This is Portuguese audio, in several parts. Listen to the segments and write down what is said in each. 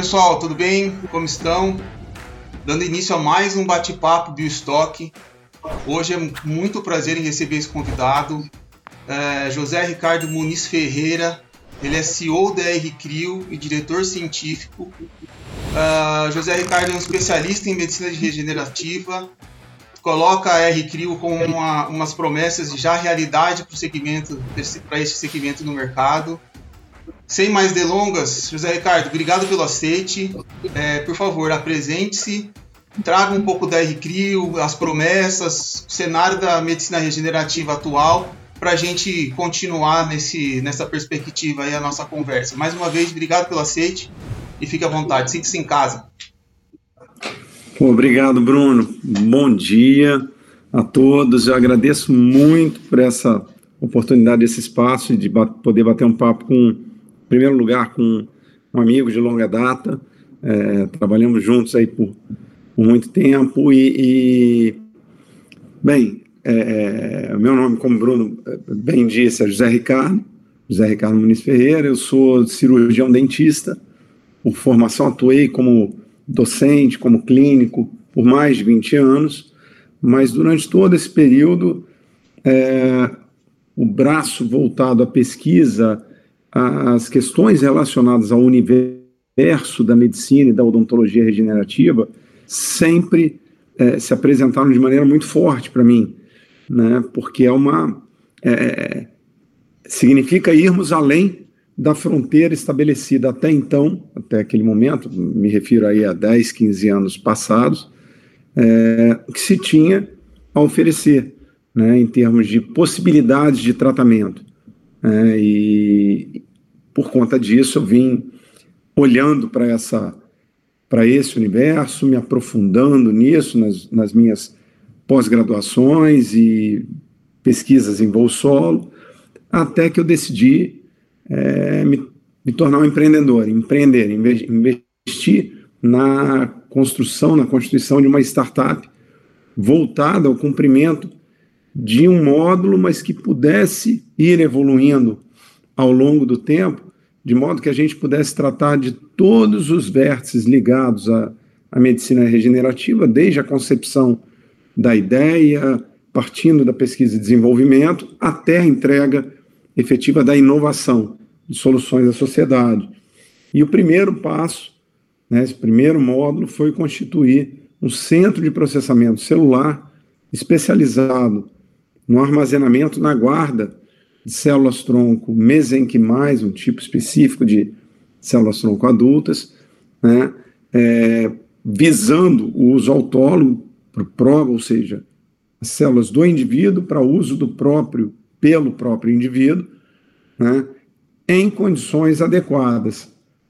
pessoal, tudo bem? Como estão? Dando início a mais um bate-papo Biostock. Hoje é muito prazer em receber esse convidado, José Ricardo Muniz Ferreira. Ele é CEO da R-Crio e diretor científico. José Ricardo é um especialista em medicina regenerativa, coloca a R-Crio como umas promessas de já realidade para esse segmento no mercado. Sem mais delongas, José Ricardo, obrigado pelo aceite. Por favor, apresente-se, traga um pouco da R-Crio, as promessas, o cenário da medicina regenerativa atual, para a gente continuar nessa perspectiva aí a nossa conversa. Mais uma vez, obrigado pelo aceite e fique à vontade, sinta-se em casa. Obrigado, Bruno. Bom dia a todos. Eu agradeço muito por essa oportunidade, esse espaço de poder bater um papo em primeiro lugar, com um amigo de longa data. Trabalhamos juntos aí por muito tempo bem, meu nome, como o Bruno bem disse, é José Ricardo Muniz Ferreira. Eu sou cirurgião dentista. Por formação, atuei como docente, como clínico, por mais de 20 anos, mas durante todo esse período, o braço voltado à pesquisa, às questões relacionadas ao universo da medicina e da odontologia regenerativa, sempre se apresentaram de maneira muito forte para mim, né? Porque significa irmos além da fronteira estabelecida até então, até aquele momento, me refiro aí a 10, 15 anos passados, que se tinha a oferecer, né, em termos de possibilidades de tratamento. E por conta disso eu vim olhando para esse universo, me aprofundando nisso nas minhas pós-graduações e pesquisas em voo solo, até que eu decidi me tornar um empreendedor, investir na construção, na constituição de uma startup voltada ao cumprimento de um módulo, mas que pudesse ir evoluindo ao longo do tempo, de modo que a gente pudesse tratar de todos os vértices ligados à medicina regenerativa, desde a concepção da ideia, partindo da pesquisa e desenvolvimento, até a entrega efetiva da inovação de soluções à sociedade. E o primeiro passo, né, esse primeiro módulo, foi constituir um centro de processamento celular especializado no armazenamento, na guarda de células-tronco mesenquimais, um tipo específico de células-tronco adultas, né, visando o uso autólogo, ou seja, as células do indivíduo para uso pelo próprio indivíduo, né, em condições adequadas,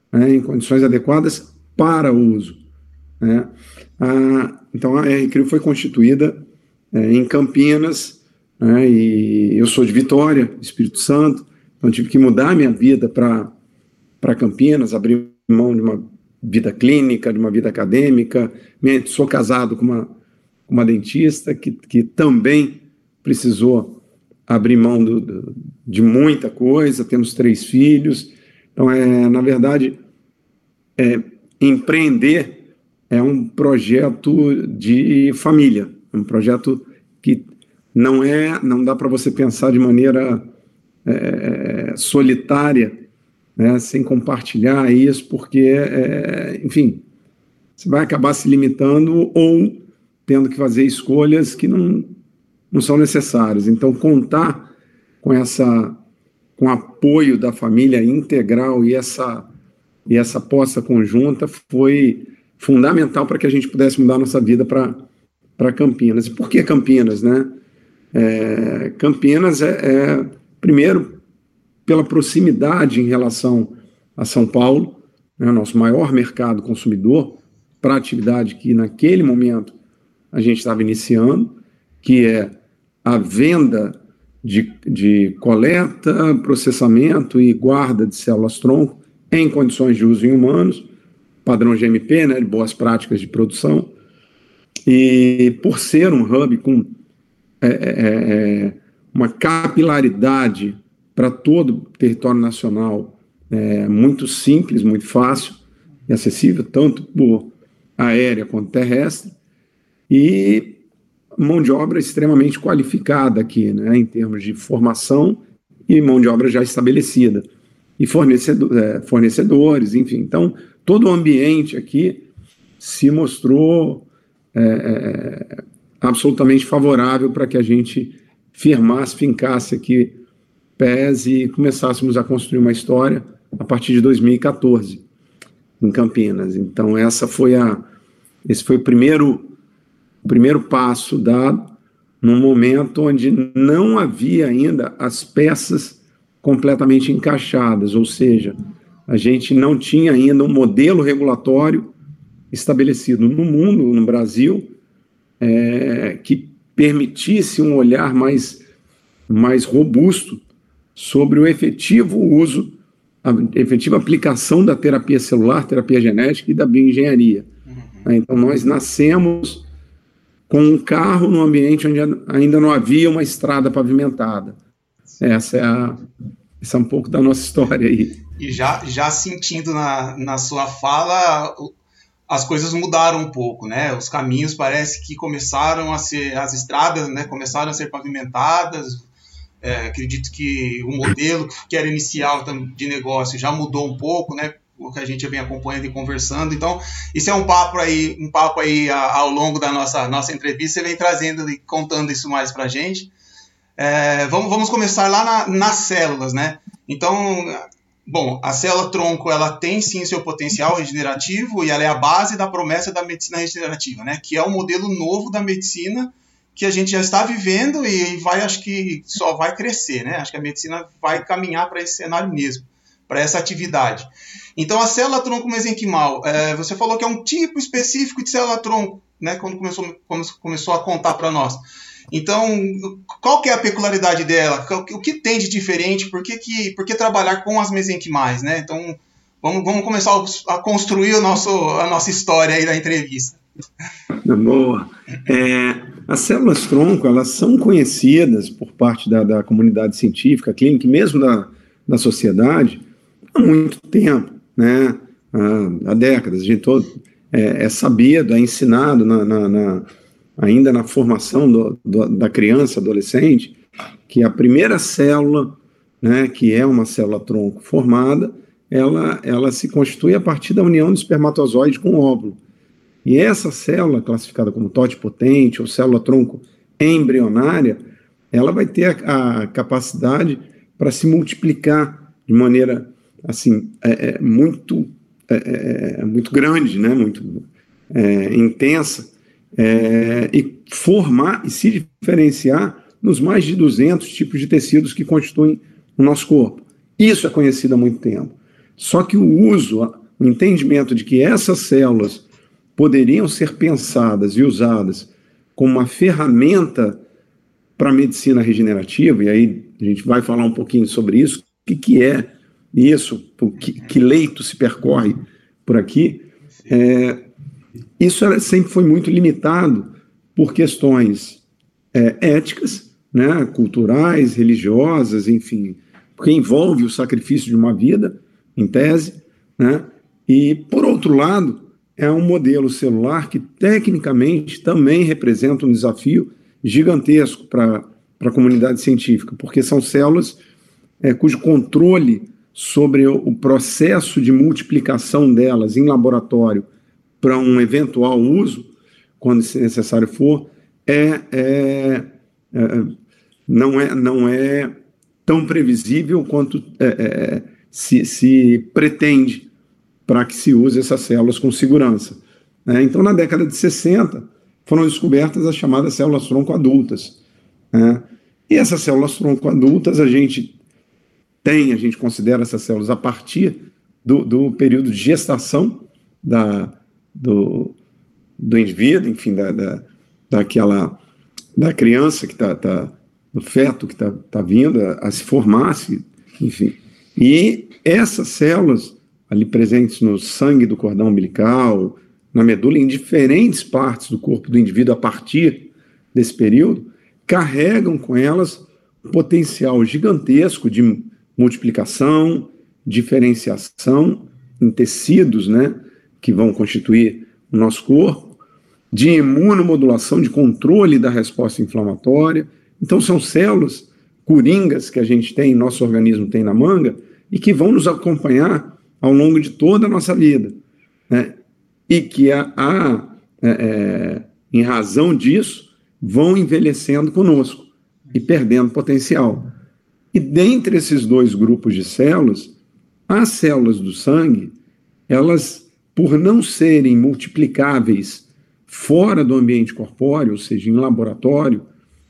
para uso, né. Então a R-Crio foi constituída em Campinas, né, e eu sou de Vitória, Espírito Santo, então tive que mudar minha vida para Campinas, abrir mão de uma vida clínica, de uma vida acadêmica. Sou casado com uma dentista que também precisou abrir mão de muita coisa. Temos 3 filhos, então na verdade empreender é um projeto de família, um projeto que não dá para você pensar de maneira solitária, né, sem compartilhar isso, porque enfim, você vai acabar se limitando ou tendo que fazer escolhas que não são necessárias. Então, contar com o apoio da família integral e essa aposta conjunta foi fundamental para que a gente pudesse mudar nossa vida para Campinas. E por que Campinas, né? Campinas primeiro, pela proximidade em relação a São Paulo, né, nosso maior mercado consumidor, para a atividade que naquele momento a gente estava iniciando, que é a venda de coleta, processamento e guarda de células-tronco em condições de uso em humanos, padrão GMP, né, de boas práticas de produção. E por ser um hub com uma capilaridade para todo o território nacional, muito simples, muito fácil, e acessível, tanto por aérea quanto terrestre, e mão de obra extremamente qualificada aqui, né, em termos de formação e mão de obra já estabelecida, e fornecedores, enfim. Então, todo o ambiente aqui se mostrou absolutamente favorável para que a gente fincasse aqui pés e começássemos a construir uma história a partir de 2014, em Campinas. Então, esse foi o primeiro passo dado num momento onde não havia ainda as peças completamente encaixadas, ou seja, a gente não tinha ainda um modelo regulatório estabelecido no mundo, no Brasil, que permitisse um olhar mais robusto sobre o efetivo uso, a efetiva aplicação da terapia celular, terapia genética e da bioengenharia. Então, nós nascemos com um carro num ambiente onde ainda não havia uma estrada pavimentada. Essa é um pouco da nossa história aí. E já sentindo na sua fala, as coisas mudaram um pouco, né? Os caminhos parece que começaram a ser, as estradas, né, começaram a ser pavimentadas. Acredito que o modelo que era inicial de negócio já mudou um pouco, né? O que a gente vem acompanhando e conversando. Então, isso é um papo aí ao longo da nossa entrevista. Você vem trazendo e contando isso mais para a gente. Vamos começar lá nas células, né? Então, bom, a célula-tronco, ela tem sim seu potencial regenerativo e ela é a base da promessa da medicina regenerativa, né? Que é um modelo novo da medicina que a gente já está vivendo e acho que só vai crescer, né? Acho que a medicina vai caminhar para esse cenário mesmo, para essa atividade. Então, a célula-tronco mesenquimal, você falou que é um tipo específico de célula-tronco, né? Quando começou a contar para nós. Então, qual que é a peculiaridade dela? O que tem de diferente? Por que trabalhar com as mesenquimais, né? Então, vamos começar a construir a nossa história aí da entrevista. Boa. As células-tronco, elas são conhecidas por parte da comunidade científica, clínica, e mesmo da sociedade, há muito tempo, né? Há décadas. A gente é sabido, é ensinado ainda na formação da criança, adolescente, que a primeira célula, né, que é uma célula-tronco formada, ela se constitui a partir da união do espermatozoide com o óvulo. E essa célula, classificada como totipotente ou célula-tronco embrionária, ela vai ter a capacidade para se multiplicar de maneira assim, muito grande, né, muito intensa, e formar e se diferenciar nos mais de 200 tipos de tecidos que constituem o nosso corpo. Isso é conhecido há muito tempo. Só que o entendimento de que essas células poderiam ser pensadas e usadas como uma ferramenta para a medicina regenerativa, e aí a gente vai falar um pouquinho sobre isso, o que é isso, que leito se percorre por aqui, isso sempre foi muito limitado por questões éticas, né, culturais, religiosas, enfim, porque envolve o sacrifício de uma vida, em tese, né, e, por outro lado, é um modelo celular que, tecnicamente, também representa um desafio gigantesco para a comunidade científica, porque são células cujo controle sobre o processo de multiplicação delas em laboratório para um eventual uso, quando necessário for, não é tão previsível quanto se pretende para que se use essas células com segurança. Então, na década de 60, foram descobertas as chamadas células-tronco adultas. E essas células-tronco adultas, a gente considera essas células a partir do período de gestação do indivíduo, enfim, da criança que do feto que está vindo a se formar, enfim. E essas células ali presentes no sangue do cordão umbilical, na medula, em diferentes partes do corpo do indivíduo a partir desse período, carregam com elas um potencial gigantesco de multiplicação, diferenciação em tecidos, né, que vão constituir o nosso corpo, de imunomodulação, de controle da resposta inflamatória. Então, são células coringas que a gente tem, nosso organismo tem na manga, e que vão nos acompanhar ao longo de toda a nossa vida, né? E que, em razão disso, vão envelhecendo conosco e perdendo potencial. E dentre esses dois grupos de células, as células do sangue, elas, por não serem multiplicáveis fora do ambiente corpóreo, ou seja, em laboratório,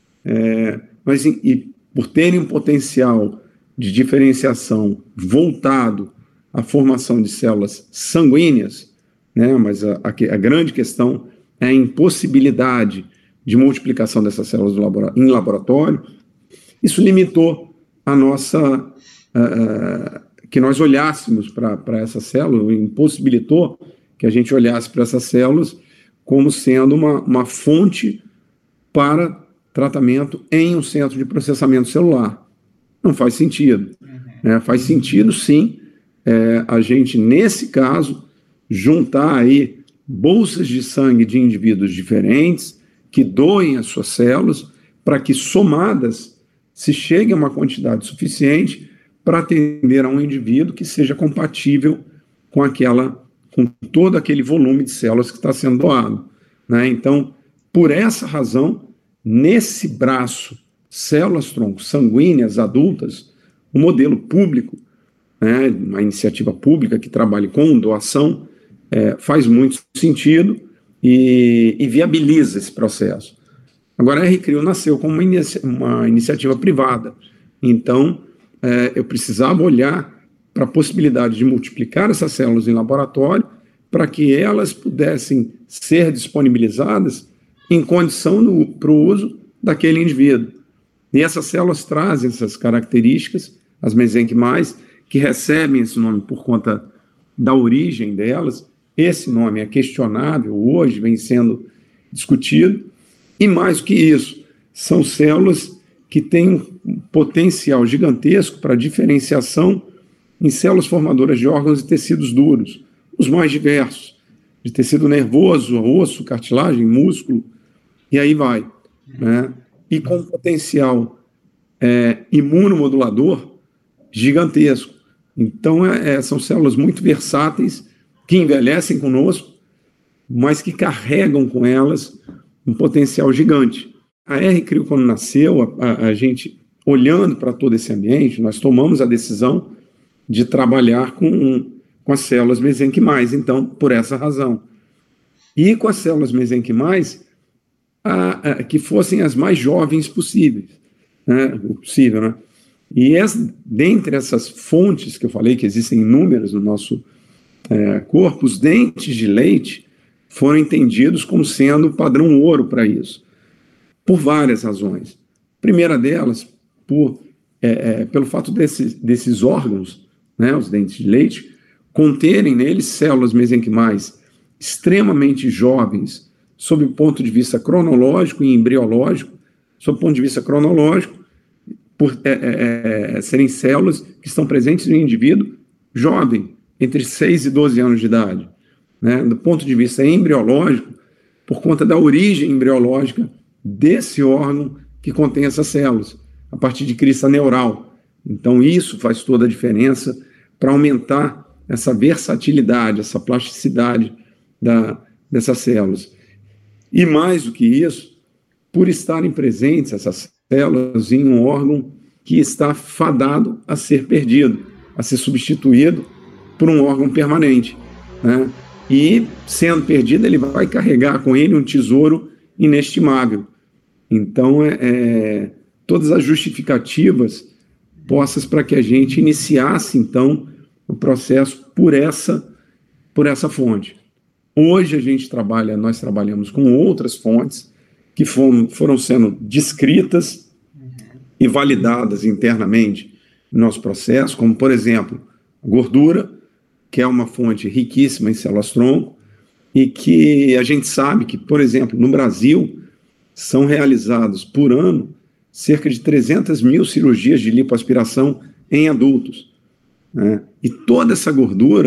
e por terem um potencial de diferenciação voltado à formação de células sanguíneas, né, mas a grande questão é a impossibilidade de multiplicação dessas células em laboratório. Isso limitou a nossa... que nós olhássemos para essa célula, impossibilitou que a gente olhasse para essas células como sendo uma fonte para tratamento em um centro de processamento celular. Não faz sentido. Faz sentido, sim, a gente, nesse caso, juntar aí bolsas de sangue de indivíduos diferentes que doem as suas células para que, somadas, se chegue a uma quantidade suficiente para atender a um indivíduo que seja compatível com todo aquele volume de células que está sendo doado, né? Então, por essa razão, nesse braço, células-tronco sanguíneas adultas, o modelo público, né, uma iniciativa pública que trabalhe com doação, faz muito sentido e viabiliza esse processo. Agora, a RCRIO nasceu como uma iniciativa privada, então eu precisava olhar para a possibilidade de multiplicar essas células em laboratório para que elas pudessem ser disponibilizadas em condição para o uso daquele indivíduo. E essas células trazem essas características, as mesenquimais, que recebem esse nome por conta da origem delas. Esse nome é questionável hoje, vem sendo discutido. E mais do que isso, são células que têm um potencial gigantesco para diferenciação em células formadoras de órgãos e tecidos duros, os mais diversos, de tecido nervoso, osso, cartilagem, músculo, e aí vai, né? E com potencial imunomodulador gigantesco. Então, são células muito versáteis, que envelhecem conosco, mas que carregam com elas um potencial gigante. A RCRIO, quando nasceu, a gente, olhando para todo esse ambiente, nós tomamos a decisão de trabalhar com as células mesenquimais, então, por essa razão. E com as células mesenquimais, que fossem as mais jovens possíveis, né? O possível, né? E dentre essas fontes que eu falei, que existem inúmeras no nosso corpo, os dentes de leite foram entendidos como sendo o padrão ouro para isso, por várias razões. A primeira delas, pelo fato desses órgãos, né, os dentes de leite, conterem neles células mesenquimais extremamente jovens, sob o ponto de vista cronológico e embriológico. Sob o ponto de vista cronológico, por serem células que estão presentes no indivíduo jovem, entre 6 e 12 anos de idade, né? Do ponto de vista embriológico, por conta da origem embriológica desse órgão que contém essas células, a partir de crista neural. Então, isso faz toda a diferença para aumentar essa versatilidade, essa plasticidade dessas células. E mais do que isso, por estarem presentes essas células em um órgão que está fadado a ser perdido, a ser substituído por um órgão permanente, né? E, sendo perdido, ele vai carregar com ele um tesouro inestimável. Então, todas as justificativas postas para que a gente iniciasse, então, o processo por essa fonte. Hoje nós trabalhamos com outras fontes que foram sendo descritas e validadas internamente no nosso processo, como, por exemplo, a gordura, que é uma fonte riquíssima em células-tronco, e que a gente sabe que, por exemplo, no Brasil, são realizados por ano cerca de 300 mil cirurgias de lipoaspiração em adultos, né? E toda essa gordura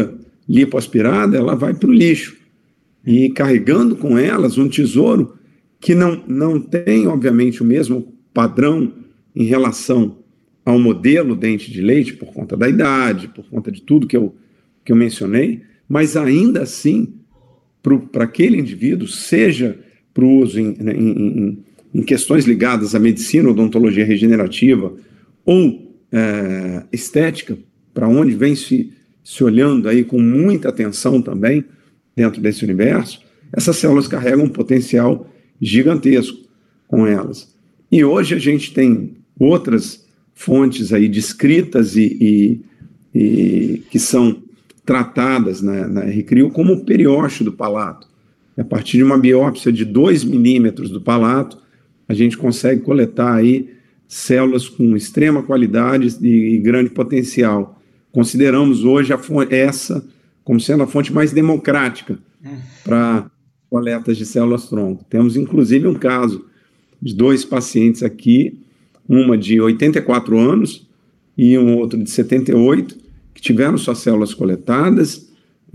lipoaspirada, ela vai para o lixo. E carregando com elas um tesouro que não tem, obviamente, o mesmo padrão em relação ao modelo dente de leite, por conta da idade, por conta de tudo que eu mencionei, mas ainda assim, para aquele indivíduo, seja para o uso em questões ligadas à medicina, odontologia regenerativa ou estética, para onde vem se olhando aí com muita atenção também dentro desse universo, essas células carregam um potencial gigantesco com elas. E hoje a gente tem outras fontes aí descritas e que são tratadas na R-Crio como o periósteo do palato. A partir de uma biópsia de 2 milímetros do palato, a gente consegue coletar aí células com extrema qualidade e grande potencial. Consideramos hoje essa como sendo a fonte mais democrática para coletas de células-tronco. Temos, inclusive, um caso de 2 pacientes aqui, uma de 84 anos e um outro de 78, que tiveram suas células coletadas,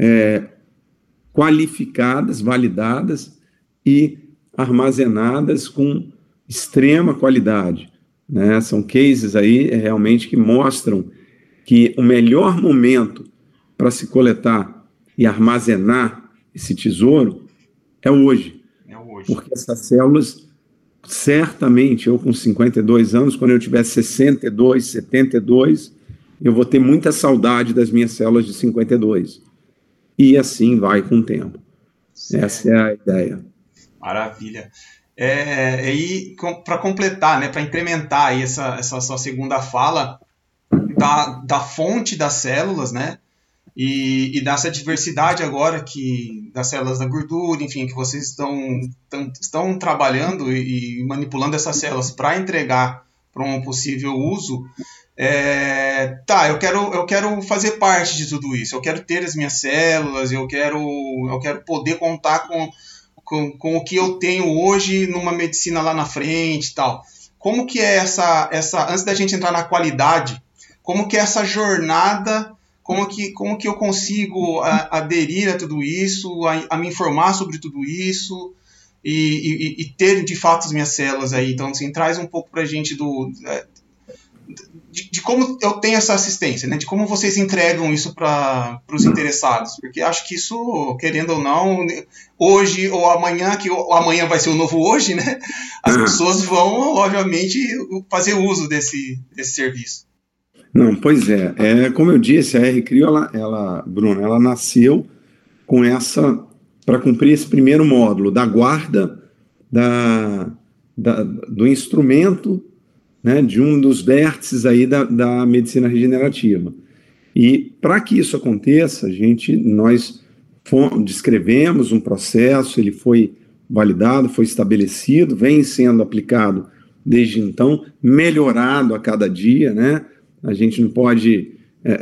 qualificadas, validadas e armazenadas com extrema qualidade, né? São cases aí realmente que mostram que o melhor momento para se coletar e armazenar esse tesouro é hoje. Porque essas células, certamente, eu com 52 anos, quando eu tiver 62, 72, eu vou ter muita saudade das minhas células de 52. E assim vai com o tempo. Certo. Essa é a ideia. Maravilha. E para completar, né, para incrementar aí essa sua segunda fala da fonte das células, né, e dessa diversidade agora das células da gordura, enfim, que vocês estão trabalhando e manipulando essas células para entregar para um possível uso. Eu quero fazer parte de tudo isso, eu quero ter as minhas células, eu quero poder contar com o que eu tenho hoje numa medicina lá na frente e tal. Como que é essa antes da gente entrar na qualidade, como que é essa jornada, como que eu consigo aderir a tudo isso, a me informar sobre tudo isso e ter de fato as minhas células aí. Então, assim, traz um pouco pra gente de como eu tenho essa assistência, né? De como vocês entregam isso para os interessados, porque acho que isso, querendo ou não, hoje ou amanhã, que amanhã vai ser o novo hoje, né? As pessoas vão, obviamente, fazer uso desse serviço. Não, pois como eu disse, a R-Crio, Bruno, ela nasceu com para cumprir esse primeiro módulo da guarda do instrumento, né, de um dos vértices aí da medicina regenerativa. E para que isso aconteça, nós descrevemos um processo, ele foi validado, foi estabelecido, vem sendo aplicado desde então, melhorado a cada dia, né? A gente não pode...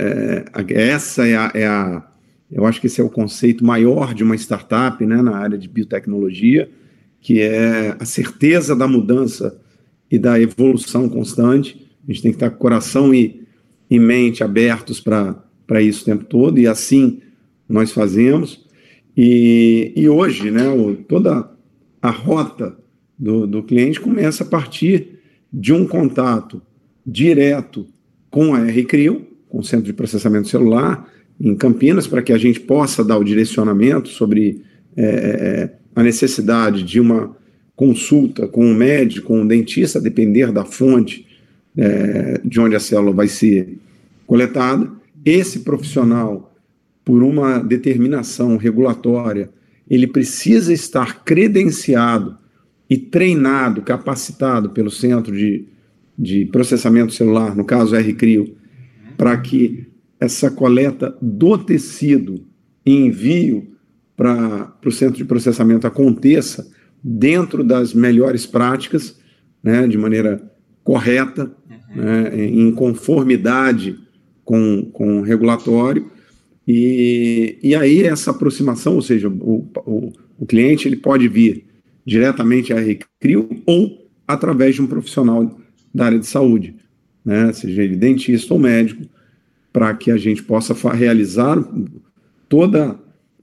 eu acho que esse é o conceito maior de uma startup, né, na área de biotecnologia, que é a certeza da mudança e da evolução constante. A gente tem que estar com o coração e mente abertos para isso o tempo todo, e assim nós fazemos. E hoje, né, toda a rota do cliente começa a partir de um contato direto com a R-Crio, com o Centro de Processamento Celular, em Campinas, para que a gente possa dar o direcionamento sobre a necessidade de uma consulta com um médico, com um dentista, a depender da fonte de onde a célula vai ser coletada. Esse profissional, por uma determinação regulatória, ele precisa estar credenciado e treinado, capacitado pelo Centro de Processamento Celular, no caso R-Crio, para que essa coleta do tecido e envio para o Centro de Processamento aconteça dentro das melhores práticas, né, de maneira correta, né, em conformidade com o regulatório, e aí essa aproximação, ou seja, o cliente ele pode vir diretamente à R-Crio ou através de um profissional da área de saúde, né, seja ele dentista ou médico, para que a gente possa realizar toda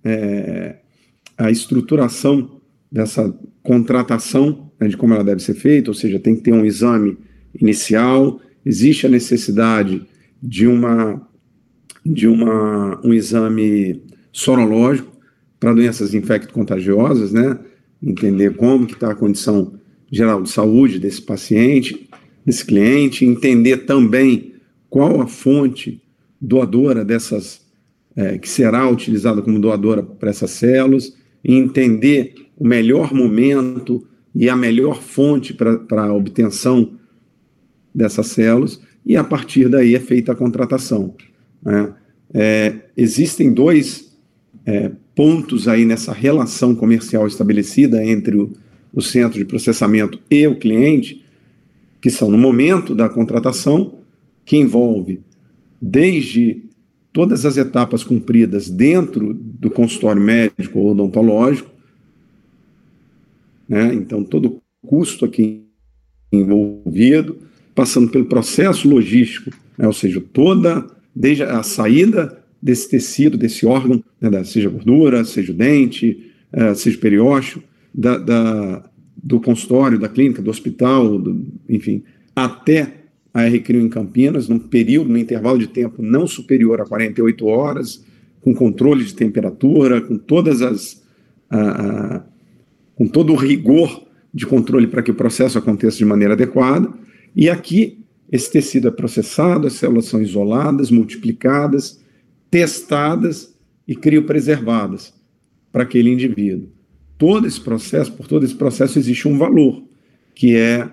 a estruturação dessa contratação, né, de como ela deve ser feita, ou seja, tem que ter um exame inicial, existe a necessidade de um exame sorológico para doenças infecto-contagiosas, né? Entender como que está a condição geral de saúde desse paciente, desse cliente, entender também qual a fonte doadora dessas, que será utilizada como doadora para essas células, e entender o melhor momento e a melhor fonte para a obtenção dessas células, e a partir daí é feita a contratação, né? Existem dois pontos aí nessa relação comercial estabelecida entre o centro de processamento e o cliente, que são no momento da contratação, que envolve desde todas as etapas cumpridas dentro do consultório médico ou odontológico, né? Então todo o custo aqui envolvido, passando pelo processo logístico, né? Ou seja, desde a saída desse tecido, desse órgão, né? Seja gordura, seja o dente, seja o periósteo, do consultório, da clínica, do hospital, enfim, até a R-Crio em Campinas, num intervalo de tempo não superior a 48 horas, com controle de temperatura, com com todo o rigor de controle para que o processo aconteça de maneira adequada. E aqui, esse tecido é processado, as células são isoladas, multiplicadas, testadas e criopreservadas para aquele indivíduo. Por todo esse processo existe um valor que é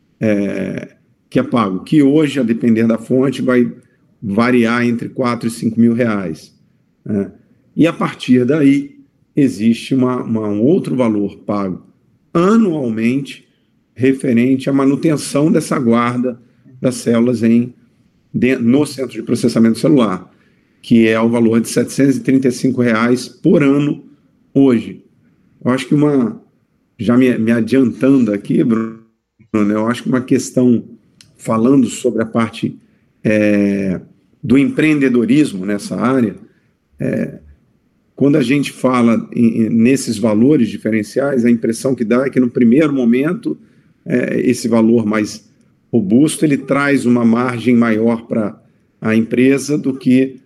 pago, que hoje, a depender da fonte, vai variar entre 4 e 5 mil reais, né? E a partir daí existe um outro valor pago anualmente referente à manutenção dessa guarda das células no centro de processamento celular, que é o valor de R$ 735 por ano hoje. Eu acho que já me adiantando aqui, Bruno, eu acho que uma questão, falando sobre a parte do empreendedorismo nessa área, quando a gente fala nesses valores diferenciais, a impressão que dá é que no primeiro momento esse valor mais robusto, ele traz uma margem maior para a empresa do que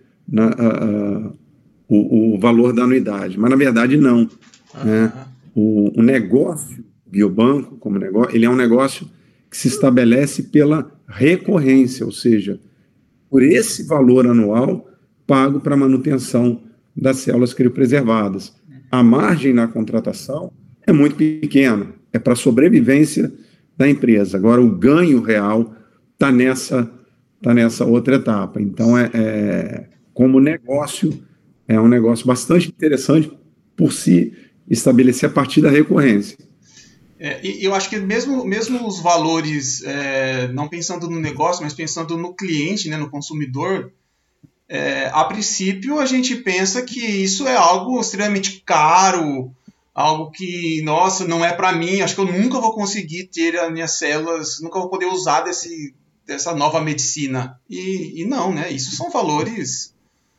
o valor da anuidade, mas na verdade não, né? O negócio biobanco, como negócio, ele é um negócio que se estabelece pela recorrência, ou seja, por esse valor anual pago para manutenção das células criopreservadas. A margem na contratação é muito pequena, é para a sobrevivência da empresa. Agora, o ganho real está nessa outra etapa. Então, como negócio, é um negócio bastante interessante por se estabelecer a partir da recorrência. E eu acho que mesmo os valores, não pensando no negócio, mas pensando no cliente, né, no consumidor, a princípio a gente pensa que isso é algo extremamente caro, algo que, nossa, não é para mim, acho que eu nunca vou conseguir ter as minhas células, nunca vou poder usar dessa nova medicina. E não, né? Isso são valores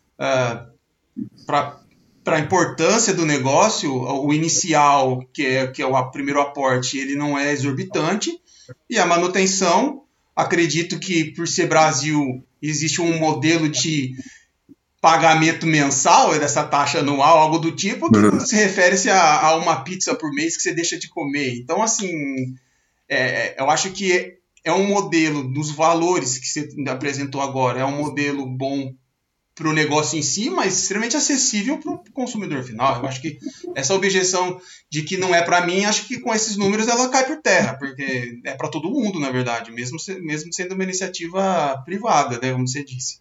para a importância do negócio. O inicial, que é o primeiro aporte, ele não é exorbitante, e a manutenção, acredito que por ser Brasil, existe um modelo de pagamento mensal dessa taxa anual, algo do tipo, que se refere-se a uma pizza por mês que você deixa de comer. Então, assim, eu acho que é um modelo dos valores que você apresentou agora, é um modelo bom para o negócio em si, mas extremamente acessível para o consumidor final. Eu acho que essa objeção de que não é para mim, acho que com esses números ela cai por terra, porque é para todo mundo, na verdade, mesmo sendo uma iniciativa privada, né, como você disse.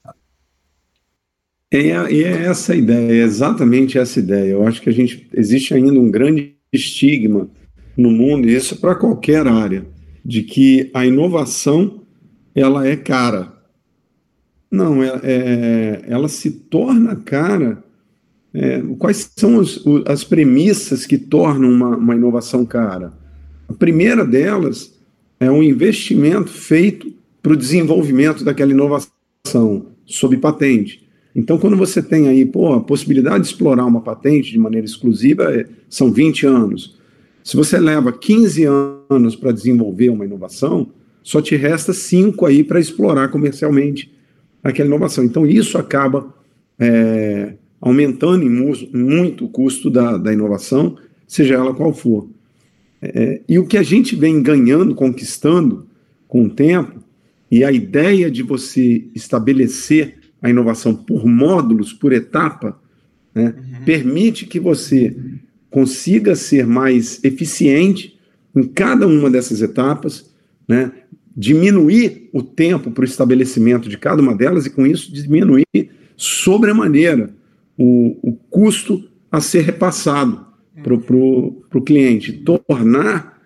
E é essa a ideia, é exatamente essa ideia. Eu acho que existe ainda um grande estigma no mundo, e isso para qualquer área, de que a inovação ela é cara. Não, ela se torna cara. Quais são as premissas que tornam uma inovação cara? A primeira delas é um investimento feito para o desenvolvimento daquela inovação sob patente. Então, quando você tem aí, a possibilidade de explorar uma patente de maneira exclusiva, são 20 anos. Se você leva 15 anos para desenvolver uma inovação, só te resta 5 aí para explorar comercialmente aquela inovação. Então, isso acaba aumentando muito o custo da inovação, seja ela qual for. E o que a gente vem ganhando, conquistando com o tempo, e a ideia de você estabelecer a inovação por módulos, por etapa, né, permite que você consiga ser mais eficiente em cada uma dessas etapas, né, diminuir o tempo para o estabelecimento de cada uma delas e, com isso, diminuir sobremaneira o custo a ser repassado para o cliente, tornar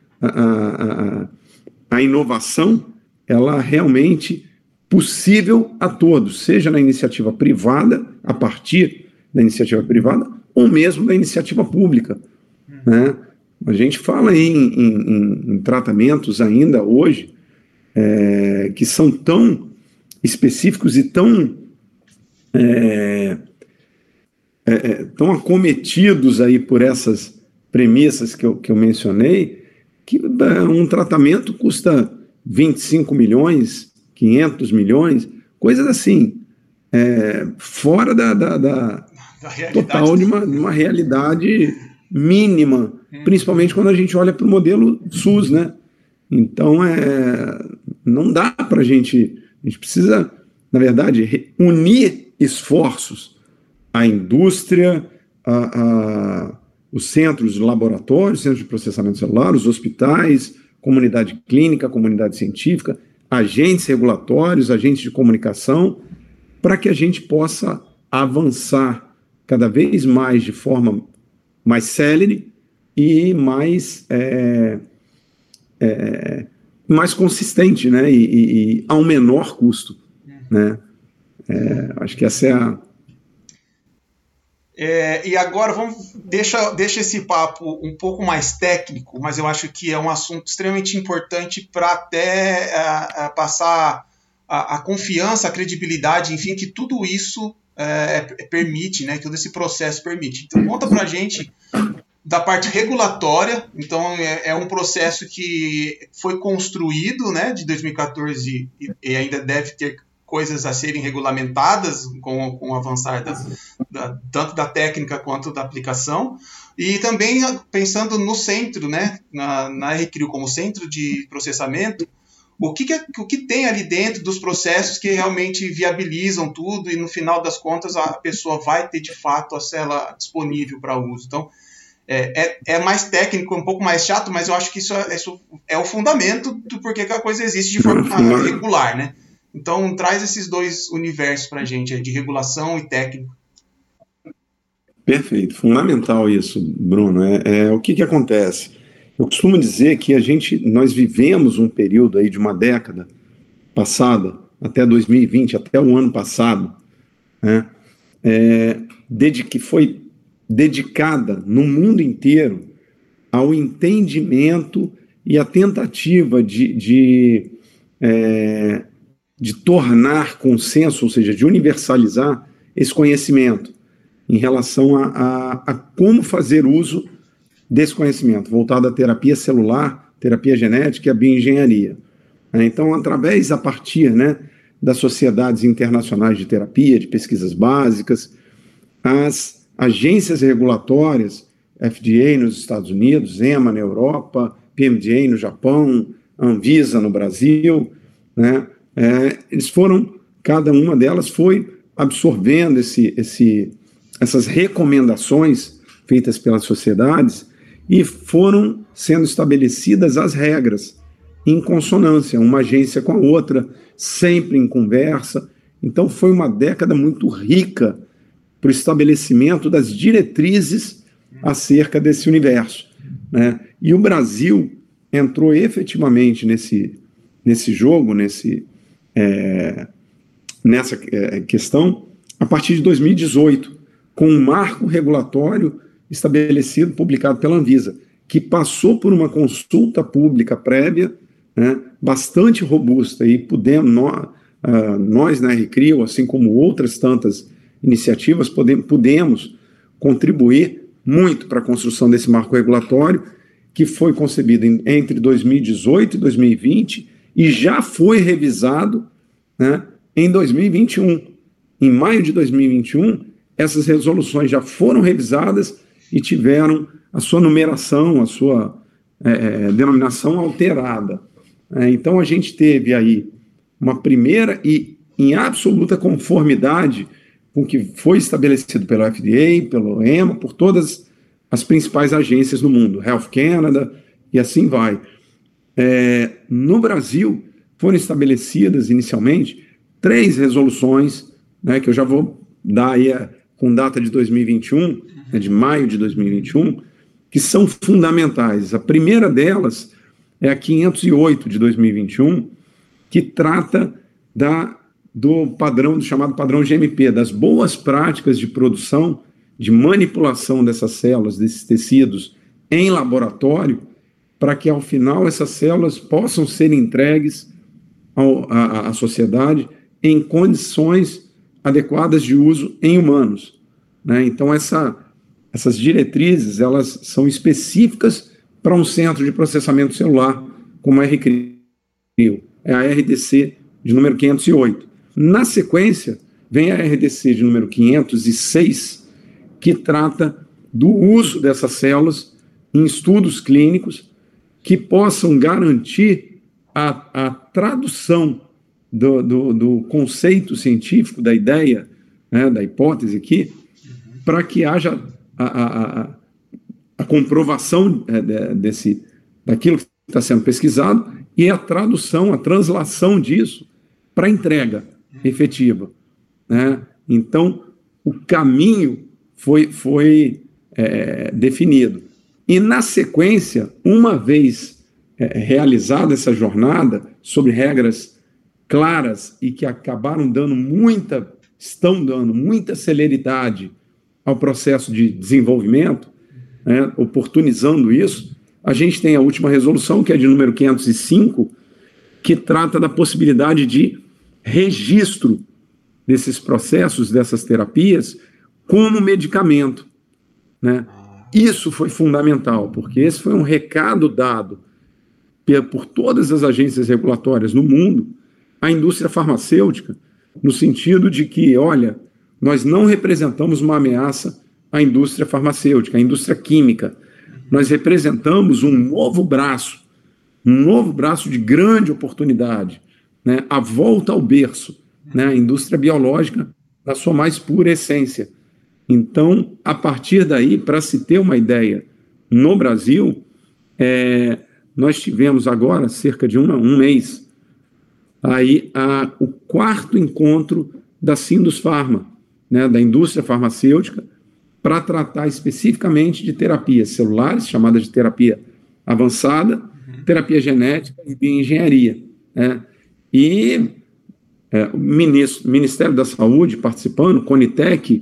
a inovação ela realmente possível a todos, seja na iniciativa privada, a partir da iniciativa privada, ou mesmo da iniciativa pública. Né? A gente fala aí em tratamentos ainda hoje que são tão específicos e tão acometidos aí por essas premissas que eu mencionei, que um tratamento custa 25 milhões, 500 milhões, coisas assim, fora da total de uma realidade mínima, principalmente quando a gente olha para o modelo SUS, né? Então, não dá para a gente precisa, na verdade, unir esforços, a indústria, os centros de laboratórios, centros de processamento celular, os hospitais, comunidade clínica, comunidade científica, agentes regulatórios, agentes de comunicação, para que a gente possa avançar cada vez mais de forma mais célere e mais consistente, né? E ao menor custo. Né? Acho que essa é a... E agora deixa esse papo um pouco mais técnico, mas eu acho que é um assunto extremamente importante para até passar a confiança, a credibilidade, enfim, que tudo isso permite, né, que todo esse processo permite. Então, conta para a gente da parte regulatória. Então, é um processo que foi construído, né, de 2014 e ainda deve ter coisas a serem regulamentadas com o avançar tanto da técnica quanto da aplicação, e também pensando no centro, né, na RCRIO como centro de processamento, o que tem ali dentro dos processos que realmente viabilizam tudo e no final das contas a pessoa vai ter de fato a célula disponível para uso. Então, é mais técnico, um pouco mais chato, mas eu acho que isso é o fundamento do porquê que a coisa existe de forma regular, né? Então, traz esses dois universos para a gente, de regulação e técnico. Perfeito, fundamental isso, Bruno. O que acontece? Eu costumo dizer que nós vivemos um período aí de uma década passada, até 2020, até o ano passado, né, que foi dedicada no mundo inteiro ao entendimento e à tentativa de tornar consenso, ou seja, de universalizar esse conhecimento em relação a como fazer uso desse conhecimento, voltado à terapia celular, terapia genética e à bioengenharia. Então, a partir, né, das sociedades internacionais de terapia, de pesquisas básicas, as agências regulatórias, FDA nos Estados Unidos, EMA na Europa, PMDA no Japão, Anvisa no Brasil, né, cada uma delas foi absorvendo essas recomendações feitas pelas sociedades e foram sendo estabelecidas as regras em consonância, uma agência com a outra, sempre em conversa. Então foi uma década muito rica para o estabelecimento das diretrizes acerca desse universo, né? E o Brasil entrou efetivamente nesse jogo, nessa questão, a partir de 2018, com um marco regulatório estabelecido, publicado pela Anvisa, que passou por uma consulta pública prévia, né, bastante robusta, e pudemos, nós na RCRIO, assim como outras tantas iniciativas, pudemos contribuir muito para a construção desse marco regulatório, que foi concebido entre 2018 e 2020 e já foi revisado, né, em 2021. Em maio de 2021, essas resoluções já foram revisadas e tiveram a sua numeração, a sua denominação alterada. Então, a gente teve aí uma primeira e em absoluta conformidade com o que foi estabelecido pelo FDA, pelo EMA, por todas as principais agências do mundo, Health Canada e assim vai. No Brasil, foram estabelecidas inicialmente 3 resoluções, né, que eu já vou dar aí com data de 2021, né, de maio de 2021, que são fundamentais. A primeira delas é a 508 de 2021, que trata do padrão, do chamado padrão GMP, das boas práticas de produção, de manipulação dessas células, desses tecidos em laboratório, para que ao final essas células possam ser entregues à sociedade em condições adequadas de uso em humanos, né? Então essas diretrizes, elas são específicas para um centro de processamento celular, como a RCRIO, é a RDC de número 508. Na sequência, vem a RDC de número 506, que trata do uso dessas células em estudos clínicos que possam garantir a tradução do conceito científico, da ideia, né, da hipótese aqui, para que haja a comprovação daquilo que está sendo pesquisado e a tradução, a translação disso para entrega efetiva, né? Então, o caminho foi definido. E, na sequência, uma vez realizada essa jornada, sobre regras claras e que estão dando muita celeridade ao processo de desenvolvimento, né, oportunizando isso, a gente tem a última resolução, que é de número 505, que trata da possibilidade de registro desses processos, dessas terapias, como medicamento, né? Isso foi fundamental, porque esse foi um recado dado por todas as agências regulatórias no mundo à indústria farmacêutica, no sentido de que, olha, nós não representamos uma ameaça à indústria farmacêutica, à indústria química. Nós representamos um novo braço de grande oportunidade, né? A volta ao berço, né? A indústria biológica na sua mais pura essência. Então, a partir daí, para se ter uma ideia, no Brasil, nós tivemos agora, cerca de um mês, aí, o 4º encontro da Sindusfarma, né, da indústria farmacêutica, para tratar especificamente de terapias celulares, chamada de terapia avançada, terapia genética e bioengenharia, né? E o Ministério da Saúde participando, Conitec,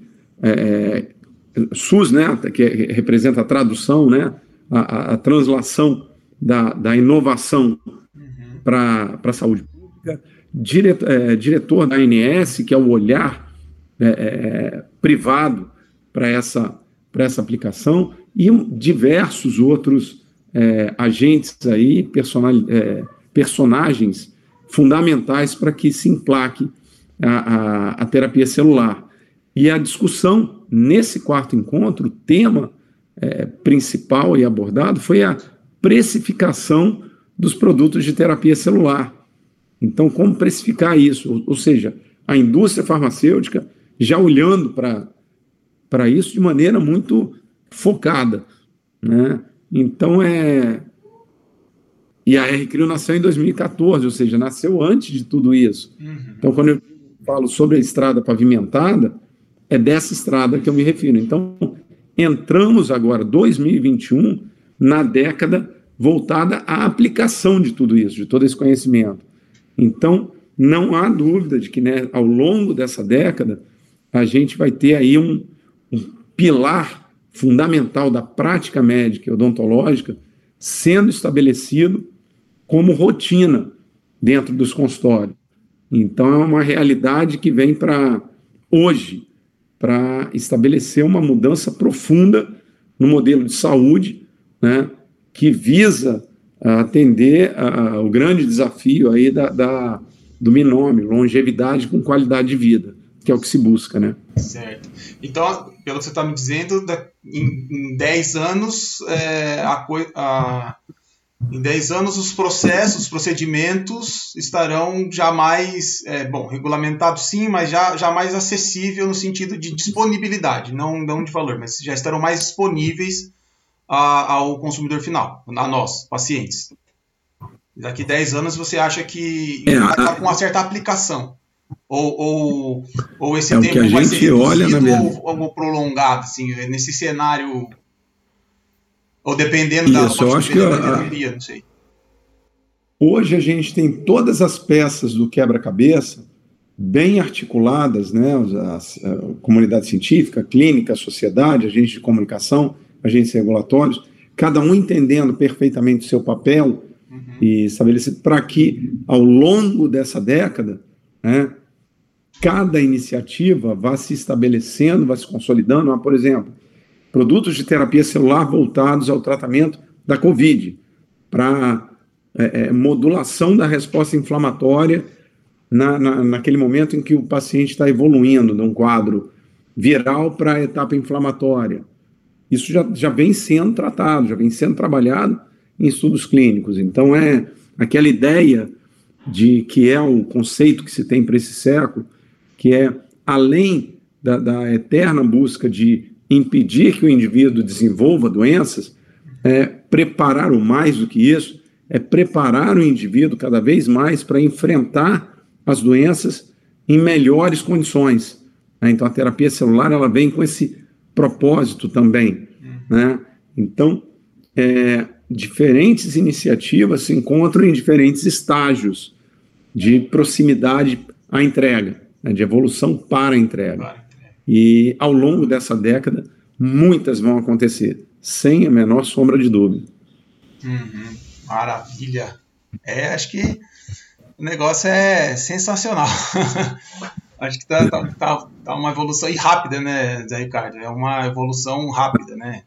SUS, né, que representa a tradução, né, a translação da inovação para a saúde pública, diretor da ANS, que é o olhar privado para essa aplicação, e diversos outros agentes aí, personagens fundamentais para que se emplaque a terapia celular. E a discussão, nesse 4º encontro, o tema principal e abordado foi a precificação dos produtos de terapia celular. Então, como precificar isso? Ou seja, a indústria farmacêutica já olhando para isso de maneira muito focada, né? Então, E a RCRIO nasceu em 2014, ou seja, nasceu antes de tudo isso. Então, quando eu falo sobre a estrada pavimentada, é dessa estrada que eu me refiro. Então, entramos agora, 2021, na década voltada à aplicação de tudo isso, de todo esse conhecimento. Então, não há dúvida de que, né, ao longo dessa década, a gente vai ter aí um pilar fundamental da prática médica e odontológica sendo estabelecido como rotina dentro dos consultórios. Então, é uma realidade que vem para hoje para estabelecer uma mudança profunda no modelo de saúde, né, que visa atender o grande desafio aí do binômio, longevidade com qualidade de vida, que é o que se busca, né? Certo. Então, pelo que você está me dizendo, em 10 anos, em 10 anos os processos, os procedimentos estarão já mais, regulamentados sim, mas já mais acessível no sentido de disponibilidade, não de valor, mas já estarão mais disponíveis ao consumidor final, a nós, pacientes. Daqui 10 anos você acha que vai estar com uma certa aplicação? Ou esse tempo vai ser reduzido ou prolongado, assim, nesse cenário, ou dependendo da terapia, não sei. Hoje a gente tem todas as peças do quebra-cabeça bem articuladas, né? A comunidade científica, a clínica, a sociedade, agentes de comunicação, agentes regulatórios, cada um entendendo perfeitamente o seu papel e estabelecido para que, ao longo dessa década, né, cada iniciativa vá se estabelecendo, vá se consolidando. Por exemplo, produtos de terapia celular voltados ao tratamento da COVID, para modulação da resposta inflamatória naquele momento em que o paciente está evoluindo de um quadro viral para a etapa inflamatória. Isso já vem sendo tratado, já vem sendo trabalhado em estudos clínicos. Então, aquela ideia de que é o conceito que se tem para esse século, que é, além da eterna busca de impedir que o indivíduo desenvolva doenças, preparar o mais do que isso, preparar o indivíduo cada vez mais para enfrentar as doenças em melhores condições. Então, a terapia celular ela vem com esse propósito também, né? Então, diferentes iniciativas se encontram em diferentes estágios de proximidade à entrega, né, de evolução para a entrega. E, ao longo dessa década, muitas vão acontecer, sem a menor sombra de dúvida. Maravilha! Acho que o negócio é sensacional. Acho que tá uma evolução rápida, né, Zé Ricardo? É uma evolução rápida, né?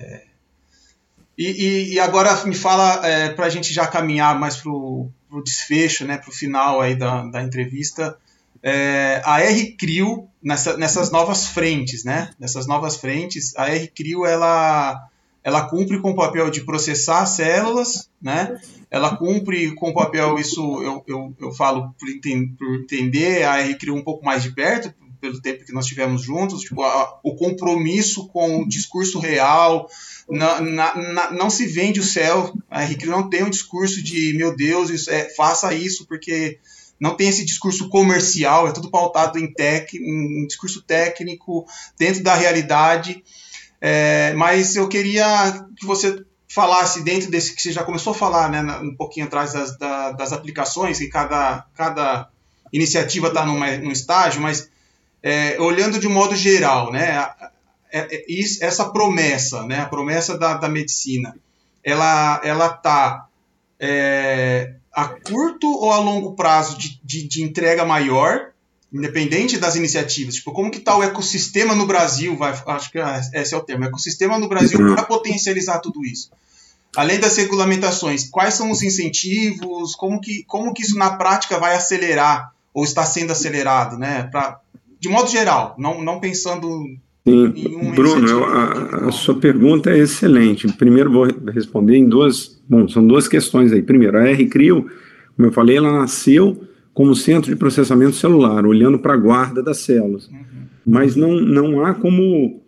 E agora me fala, para a gente já caminhar mais para o desfecho, né, para o final aí da entrevista, a R-Crio, nessas novas frentes, né? Nessas novas frentes, a R-Crio, ela cumpre com o papel de processar células, né? Ela cumpre com o papel, isso eu falo por entender a R-Crio um pouco mais de perto, pelo tempo que nós tivemos juntos, tipo, o compromisso com o discurso real. Não se vende o céu. A R-Crio não tem um discurso de, meu Deus, faça isso, porque não tem esse discurso comercial, é tudo pautado em discurso técnico, dentro da realidade. Mas eu queria que você falasse, dentro desse que você já começou a falar, né, um pouquinho atrás das aplicações, que cada iniciativa está num estágio, mas olhando de um modo geral, né, essa promessa, né, a promessa da medicina, ela está a curto ou a longo prazo de entrega maior, independente das iniciativas? Tipo, como que está o ecossistema no Brasil, acho que esse é o termo, ecossistema no Brasil para potencializar tudo isso? Além das regulamentações, quais são os incentivos, como que isso na prática vai acelerar, ou está sendo acelerado, né? De modo geral, não pensando em um Bruno, a sua pergunta é excelente. Primeiro vou responder em são duas questões aí. Primeiro, a R-Crio, como eu falei, ela nasceu como centro de processamento celular, olhando para a guarda das células. Mas não há como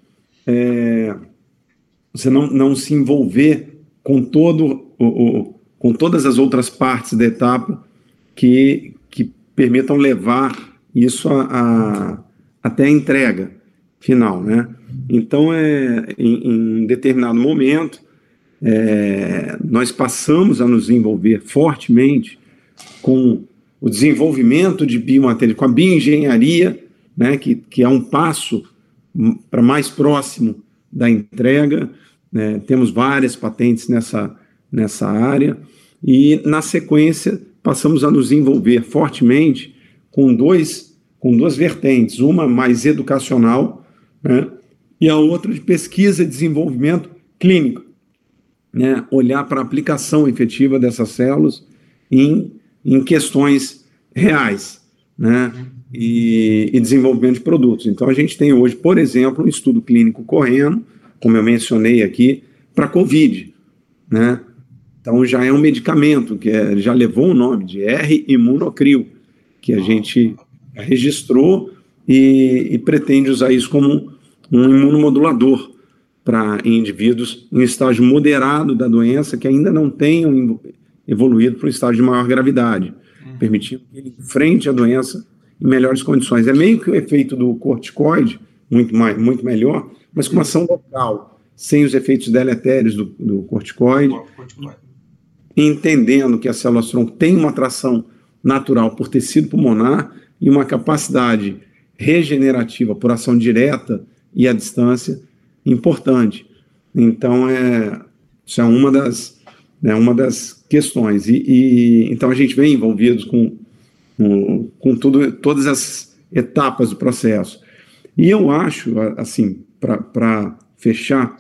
você não se envolver com com todas as outras partes da etapa que permitam levar isso até a entrega final, né? Então, em determinado momento, nós passamos a nos envolver fortemente com o desenvolvimento de biomateriais, com a bioengenharia, né, que é um passo para mais próximo da entrega, né? Temos várias patentes nessa área, e, na sequência, passamos a nos envolver fortemente com duas vertentes, uma mais educacional, né? E a outra de pesquisa e desenvolvimento clínico, né? Olhar para a aplicação efetiva dessas células em questões reais, né? E desenvolvimento de produtos. Então, a gente tem hoje, por exemplo, um estudo clínico correndo, como eu mencionei aqui, para COVID, né? Então, já é um medicamento que já levou o nome de R-Imunocril, que a gente registrou e pretende usar isso como um imunomodulador para indivíduos em estágio moderado da doença que ainda não tenham evoluído para o estágio de maior gravidade, permitindo que ele enfrente a doença em melhores condições. É meio que o efeito do corticoide, muito melhor, mas com uma ação local, sem os efeitos deletérios do corticoide, entendendo que a célula-tronco tem uma atração natural por tecido pulmonar e uma capacidade regenerativa por ação direta e à distância importante. Então, isso é uma das questões. Então, a gente vem envolvidos com todas as etapas do processo. E eu acho, assim, para fechar,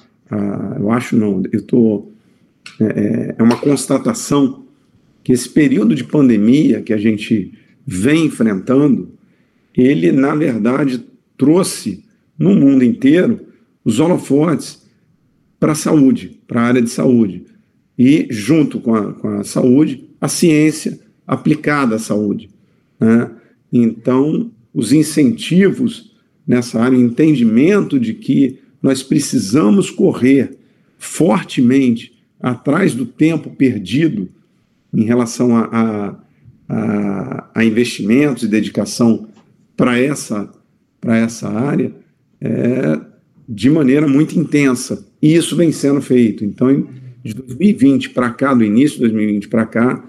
é uma constatação que esse período de pandemia que a gente vem enfrentando, ele, na verdade, trouxe no mundo inteiro os holofotes para a saúde, para a área de saúde. E, junto com a saúde, a ciência aplicada à saúde, né? Então, os incentivos nessa área, o entendimento de que nós precisamos correr fortemente atrás do tempo perdido em relação a investimentos e dedicação para essa área, de maneira muito intensa. E isso vem sendo feito. Então, de 2020 para cá, do início de 2020 para cá,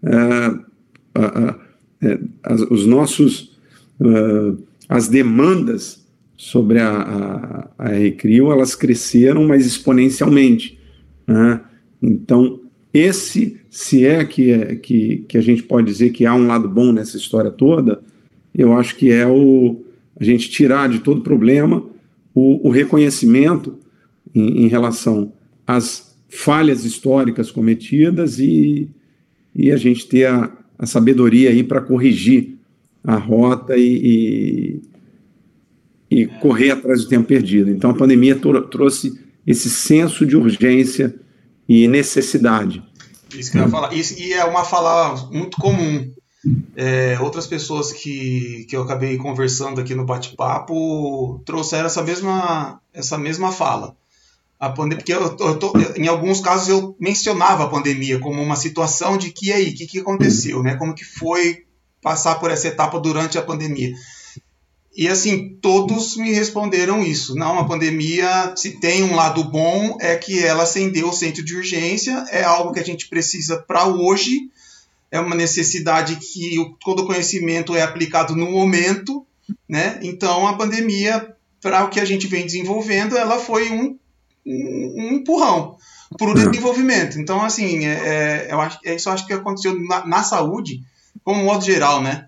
as demandas sobre a R-Cryo, elas cresceram, mas exponencialmente, né? Então, se é que a gente pode dizer que há um lado bom nessa história toda, eu acho que é a gente tirar de todo problema o reconhecimento em relação às falhas históricas cometidas e a gente ter a sabedoria aí para corrigir a rota e correr atrás do tempo perdido. Então, a pandemia trouxe esse senso de urgência e necessidade. Isso que eu ia falar. E é uma fala muito comum. Outras pessoas que eu acabei conversando aqui no bate-papo trouxeram essa mesma fala. A pandemia, porque em alguns casos eu mencionava a pandemia como uma situação de que, e aí, o que aconteceu, né? Como que foi passar por essa etapa durante a pandemia? E assim, todos me responderam isso. Não, a pandemia, se tem um lado bom, é que ela acendeu o centro de urgência, é algo que a gente precisa para hoje, é uma necessidade que todo o conhecimento é aplicado no momento, né? Então, a pandemia, para o que a gente vem desenvolvendo, ela foi um empurrão para o desenvolvimento. Então, assim, isso acho que aconteceu na saúde, como modo geral, né?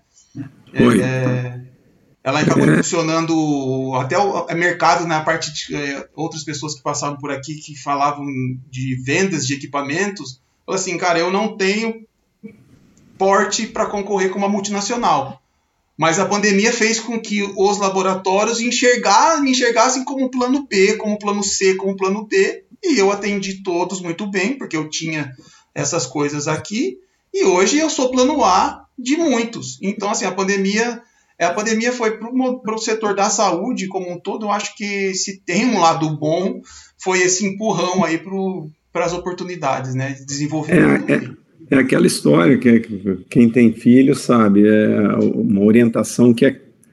Ela acabou impulsionando até o mercado, na parte de outras pessoas que passaram por aqui que falavam de vendas de equipamentos, falaram assim, cara, eu não tenho porte para concorrer com uma multinacional. Mas a pandemia fez com que os laboratórios me enxergassem como plano B, como plano C, como plano D, e eu atendi todos muito bem, porque eu tinha essas coisas aqui, e hoje eu sou plano A de muitos. Então, assim, a pandemia foi para o setor da saúde como um todo. Eu acho que se tem um lado bom, foi esse empurrão aí para as oportunidades, né, de desenvolvimento. É aquela história que quem tem filho sabe, é uma orientação que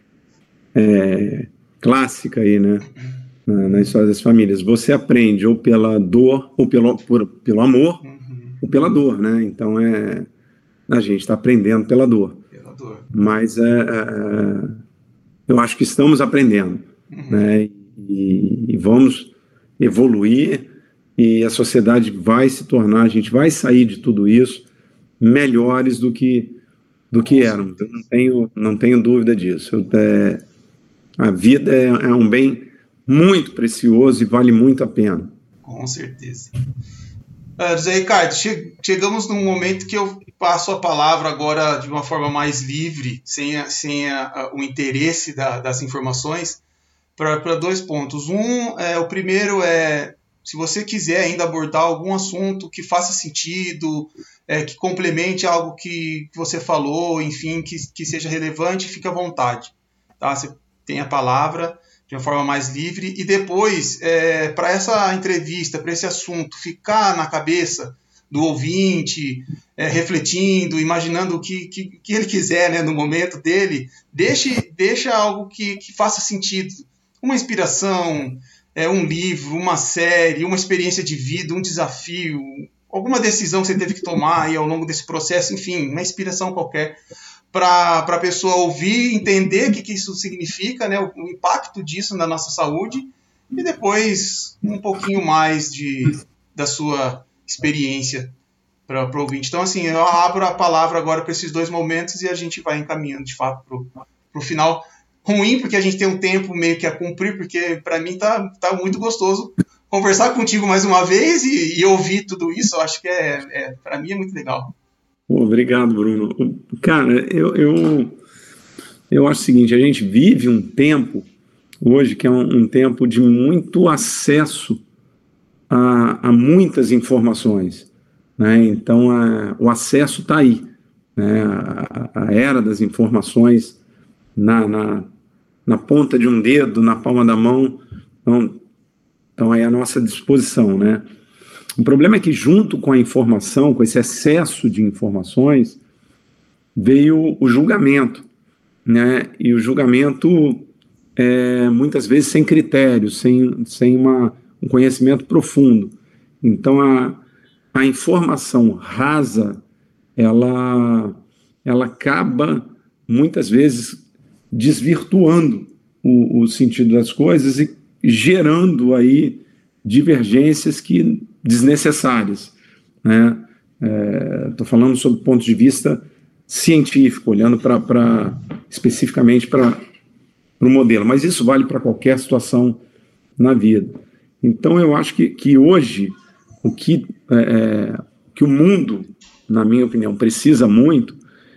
é clássica aí, né, na história das famílias. Você aprende ou pela dor, ou pelo amor, ou pela dor, né? Então, a gente está aprendendo pela dor. Mas eu acho que estamos aprendendo, né? E vamos evoluir, e a sociedade vai se tornar, a gente vai sair de tudo isso melhores do que éramos. Eu não tenho dúvida disso. A vida é um bem muito precioso e vale muito a pena. Com certeza. José Ricardo, chegamos num momento que eu passo a palavra agora de uma forma mais livre, sem o interesse das informações, para 2 pontos. O primeiro é, se você quiser ainda abordar algum assunto que faça sentido, que complemente algo que você falou, enfim, que seja relevante, fique à vontade. Tá? Você tem a palavra de uma forma mais livre. E depois, para essa entrevista, para esse assunto ficar na cabeça do ouvinte, refletindo, imaginando o que ele quiser, né, no momento dele, deixa algo que faça sentido. Uma inspiração, um livro, uma série, uma experiência de vida, um desafio, alguma decisão que você teve que tomar aí ao longo desse processo, enfim, uma inspiração qualquer, para a pessoa ouvir, entender o que isso significa, né, o impacto disso na nossa saúde, e depois um pouquinho mais da sua experiência para o ouvinte. Então, assim, eu abro a palavra agora para esses 2 momentos e a gente vai encaminhando, de fato, para o final. Ruim, porque a gente tem um tempo meio que a cumprir, porque para mim tá muito gostoso conversar contigo mais uma vez e ouvir tudo isso. Eu acho que para mim é muito legal. Obrigado, Bruno. Cara, eu acho o seguinte, a gente vive um tempo hoje que é um tempo de muito acesso a muitas informações, né? Então o acesso está aí, né? A era das informações na ponta de um dedo, na palma da mão, então aí à nossa disposição, né? O problema é que junto com a informação, com esse excesso de informações, veio o julgamento, né? E o julgamento muitas vezes sem critérios, sem um conhecimento profundo. Então a informação rasa, ela acaba muitas vezes desvirtuando o sentido das coisas e gerando aí divergências desnecessárias, né? Estou falando sob o ponto de vista científico, olhando especificamente para o modelo, mas isso vale para qualquer situação na vida. Então eu acho que hoje o que o mundo, na minha opinião, precisa muito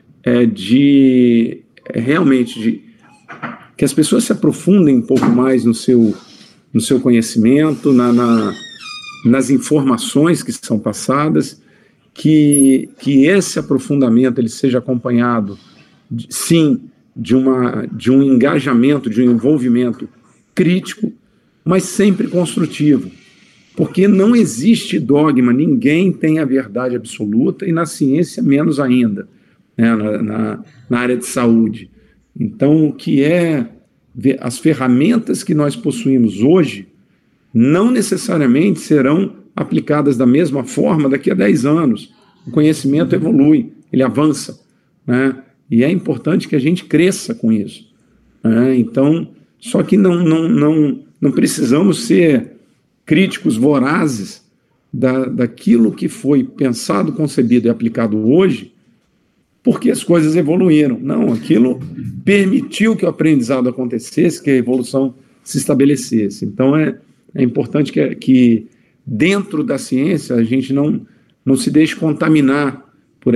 realmente que as pessoas se aprofundem um pouco mais no seu conhecimento, nas informações que são passadas, que esse aprofundamento ele seja acompanhado, sim, de um engajamento, de um envolvimento crítico, mas sempre construtivo, porque não existe dogma, ninguém tem a verdade absoluta, e na ciência menos ainda, né, na área de saúde. Então, o que as ferramentas que nós possuímos hoje não necessariamente serão aplicadas da mesma forma daqui a 10 anos. O conhecimento evolui, ele avança, né? E é importante que a gente cresça com isso, né? Então, só que não precisamos ser críticos vorazes daquilo que foi pensado, concebido e aplicado hoje, porque as coisas evoluíram. Não, aquilo permitiu que o aprendizado acontecesse, que a evolução se estabelecesse. Então, é importante que dentro da ciência a gente não se deixe contaminar por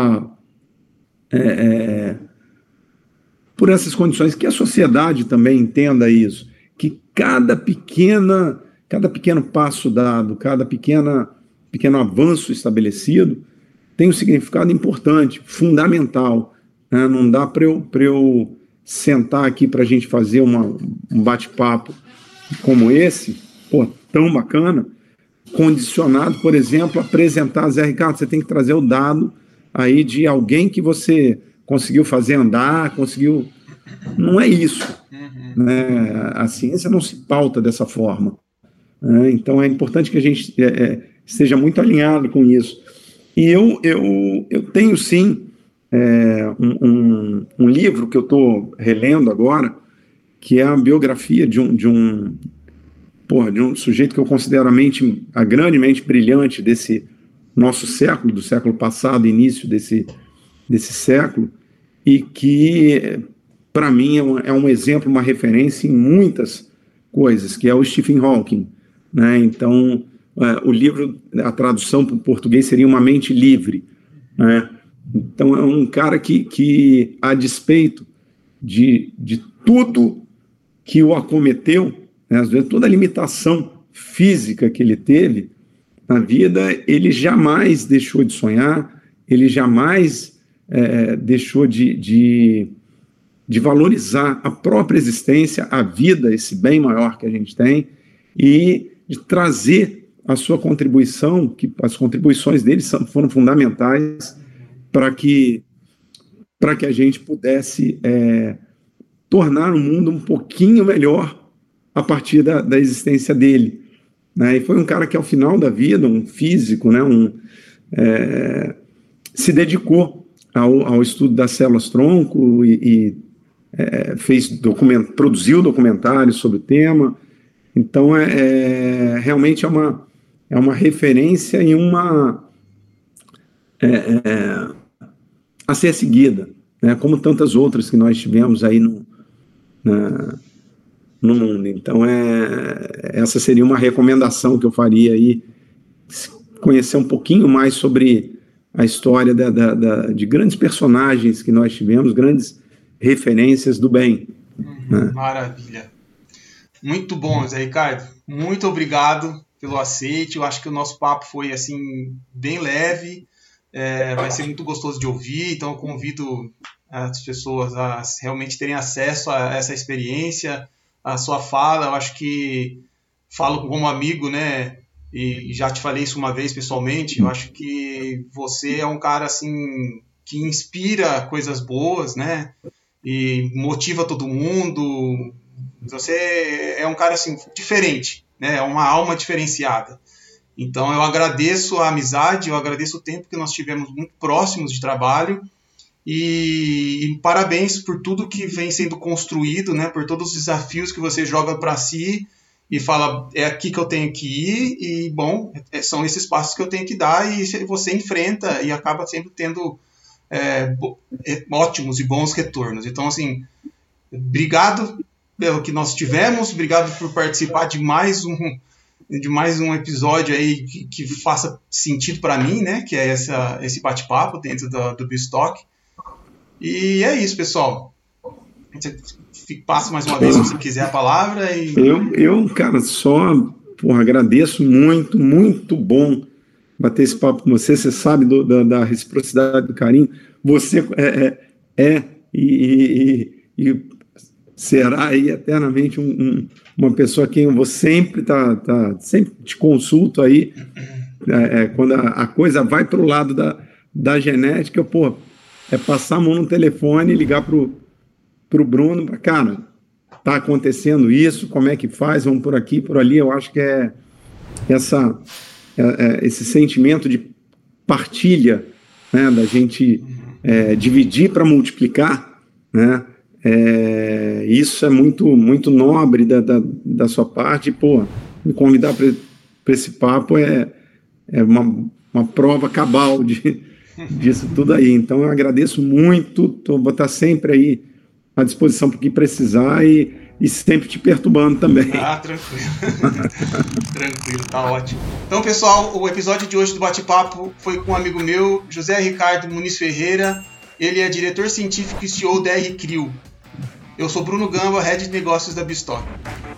essas condições, que a sociedade também entenda isso, que cada pequeno passo dado, cada pequeno avanço estabelecido tem um significado importante, fundamental, né? Não dá para eu sentar aqui para a gente fazer um bate-papo como esse, tão bacana, condicionado, por exemplo, a apresentar, Zé Ricardo, você tem que trazer o dado aí de alguém que você conseguiu fazer andar, Não é isso. Né? A ciência não se pauta dessa forma. Né? Então é importante que a gente esteja muito alinhado com isso. E eu tenho, sim, um livro que eu estou relendo agora, que é a biografia de um sujeito que eu considero a grandemente brilhante desse nosso século, do século passado, início desse século, e que, para mim, é um exemplo, uma referência em muitas coisas, que é o Stephen Hawking, né? Então, o livro, a tradução para o português seria Uma Mente Livre, né? Então, é um cara que a despeito de tudo que o acometeu, né, às vezes toda a limitação física que ele teve na vida, ele jamais deixou de sonhar, ele jamais deixou de valorizar a própria existência, a vida, esse bem maior que a gente tem, e de trazer a sua contribuição, que as contribuições dele foram fundamentais para que a gente pudesse tornar o mundo um pouquinho melhor a partir da existência dele, né? E foi um cara que, ao final da vida, um físico, né, se dedicou ao estudo das células-tronco e produziu documentários sobre o tema. Então, realmente é uma referência e a ser seguida, né, como tantas outras que nós tivemos aí no mundo. Então, essa seria uma recomendação que eu faria aí, conhecer um pouquinho mais sobre a história de grandes personagens que nós tivemos, grandes referências do bem. Né? Maravilha. Muito bom, Zé Ricardo. Muito obrigado pelo aceite. Eu acho que o nosso papo foi assim bem leve. Vai ser muito gostoso de ouvir, então eu convido as pessoas a realmente terem acesso a essa experiência, a sua fala. Eu acho que falo como amigo, né? E já te falei isso uma vez pessoalmente. Eu acho que você é um cara assim que inspira coisas boas, né? E motiva todo mundo. Você é um cara assim diferente, né? É uma alma diferenciada. Então eu agradeço a amizade, eu agradeço o tempo que nós tivemos muito próximos de trabalho e parabéns por tudo que vem sendo construído, né? Por todos os desafios que você joga para si e fala, é aqui que eu tenho que ir e, bom, são esses passos que eu tenho que dar e você enfrenta e acaba sempre tendo ótimos e bons retornos. Então, assim, obrigado pelo que nós tivemos, obrigado por participar de mais um episódio aí que faça sentido para mim, né? Que é esse bate-papo dentro do BioStock. E é isso, pessoal. Passo mais uma vez se você quiser a palavra. Eu, cara, só agradeço muito, muito bom bater esse papo com você. Você sabe da reciprocidade, do carinho. Você e será aí eternamente uma pessoa a quem eu vou sempre sempre te consulto aí, quando a coisa vai para o lado da genética, passar a mão no telefone e ligar pro Bruno, cara, tá acontecendo isso, como é que faz, vamos por aqui, por ali. Eu acho que esse sentimento de partilha, né, da gente dividir para multiplicar, né? Isso é muito, muito nobre da sua parte. Me convidar para esse papo é uma prova cabal disso tudo aí. Então eu agradeço muito, vou estar sempre aí à disposição para o que precisar e sempre te perturbando também. Tranquilo. Tranquilo, tá ótimo. Então, pessoal, o episódio de hoje do Bate-Papo foi com um amigo meu, José Ricardo Muniz Ferreira. Ele é diretor científico e CEO da R-Creo. Eu sou Bruno Gamba, Head de Negócios da BioStock.